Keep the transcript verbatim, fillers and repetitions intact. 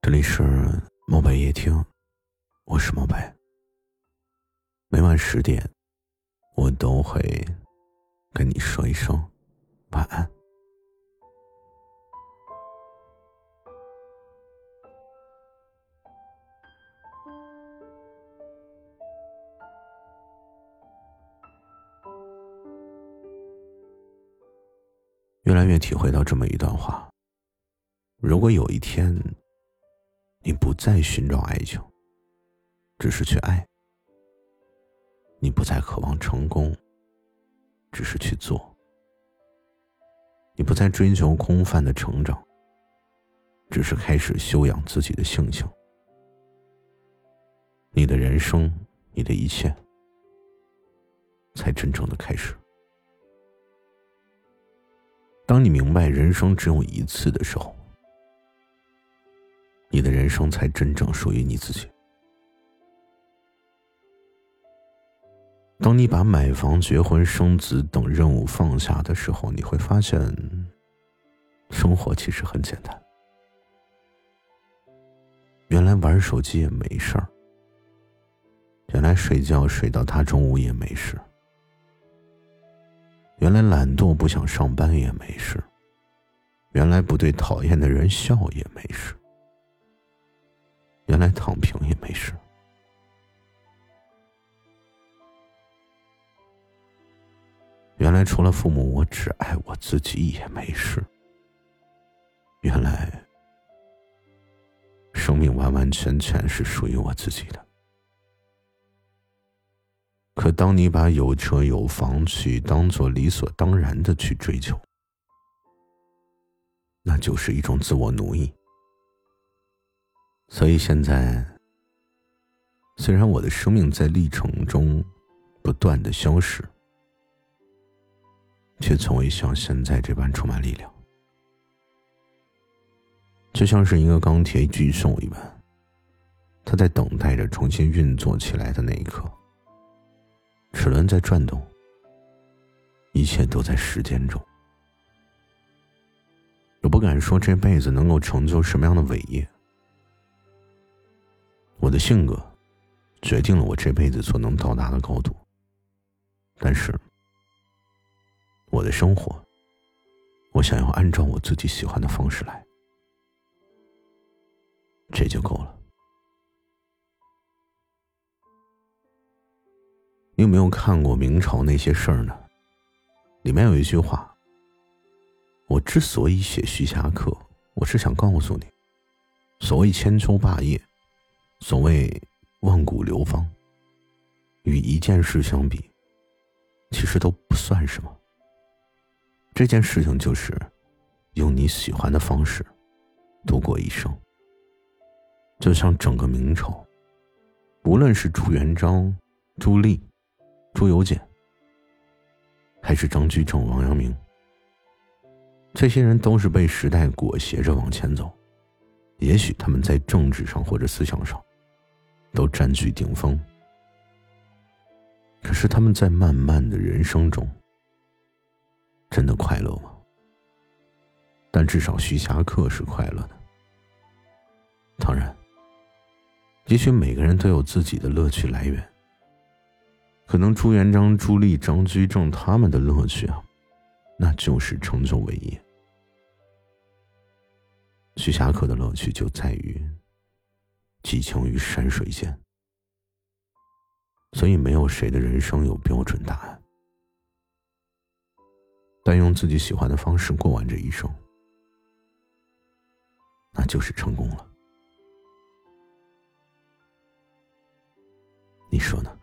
这里是猫白夜听，我是猫白。每晚十点，我都会跟你说一声晚安。越来越体会到这么一段话：如果有一天你不再寻找爱情，只是去爱；你不再渴望成功，只是去做；你不再追求空泛的成长，只是开始修养自己的性情，你的人生，你的一切，才真正的开始。当你明白人生只有一次的时候，你的人生才真正属于你自己。当你把买房、结婚、生子等任务放下的时候，你会发现生活其实很简单。原来玩手机也没事儿，原来睡觉睡到大中午也没事，原来懒惰不想上班也没事，原来不对讨厌的人笑也没事，原来躺平也没事。原来除了父母我只爱我自己也没事。原来生命完完全全是属于我自己的。可当你把有车有房去当作理所当然的去追求，那就是一种自我奴役。所以现在，虽然我的生命在历程中不断的消逝，却从未像现在这般充满力量。就像是一个钢铁巨兽一般，它在等待着重新运作起来的那一刻。齿轮在转动，一切都在时间中。我不敢说这辈子能够成就什么样的伟业，我的性格决定了我这辈子所能到达的高度，但是我的生活，我想要按照我自己喜欢的方式来，这就够了。你有没有看过明朝那些事儿呢？里面有一句话：我之所以写徐霞客，我是想告诉你，所谓千秋霸业，所谓万古流芳，与一件事相比，其实都不算什么。这件事情就是用你喜欢的方式度过一生。就像整个明朝，无论是朱元璋、朱棣、朱由检，还是张居正、王阳明，这些人都是被时代裹挟着往前走。也许他们在政治上或者思想上都占据顶峰，可是他们在漫漫的人生中真的快乐吗？但至少徐霞客是快乐的。当然，也许每个人都有自己的乐趣来源，可能朱元璋、朱棣、张居正他们的乐趣啊，那就是成就伟业。徐霞客的乐趣就在于寄情于山水间。所以没有谁的人生有标准答案，但用自己喜欢的方式过完这一生，那就是成功了。你说呢？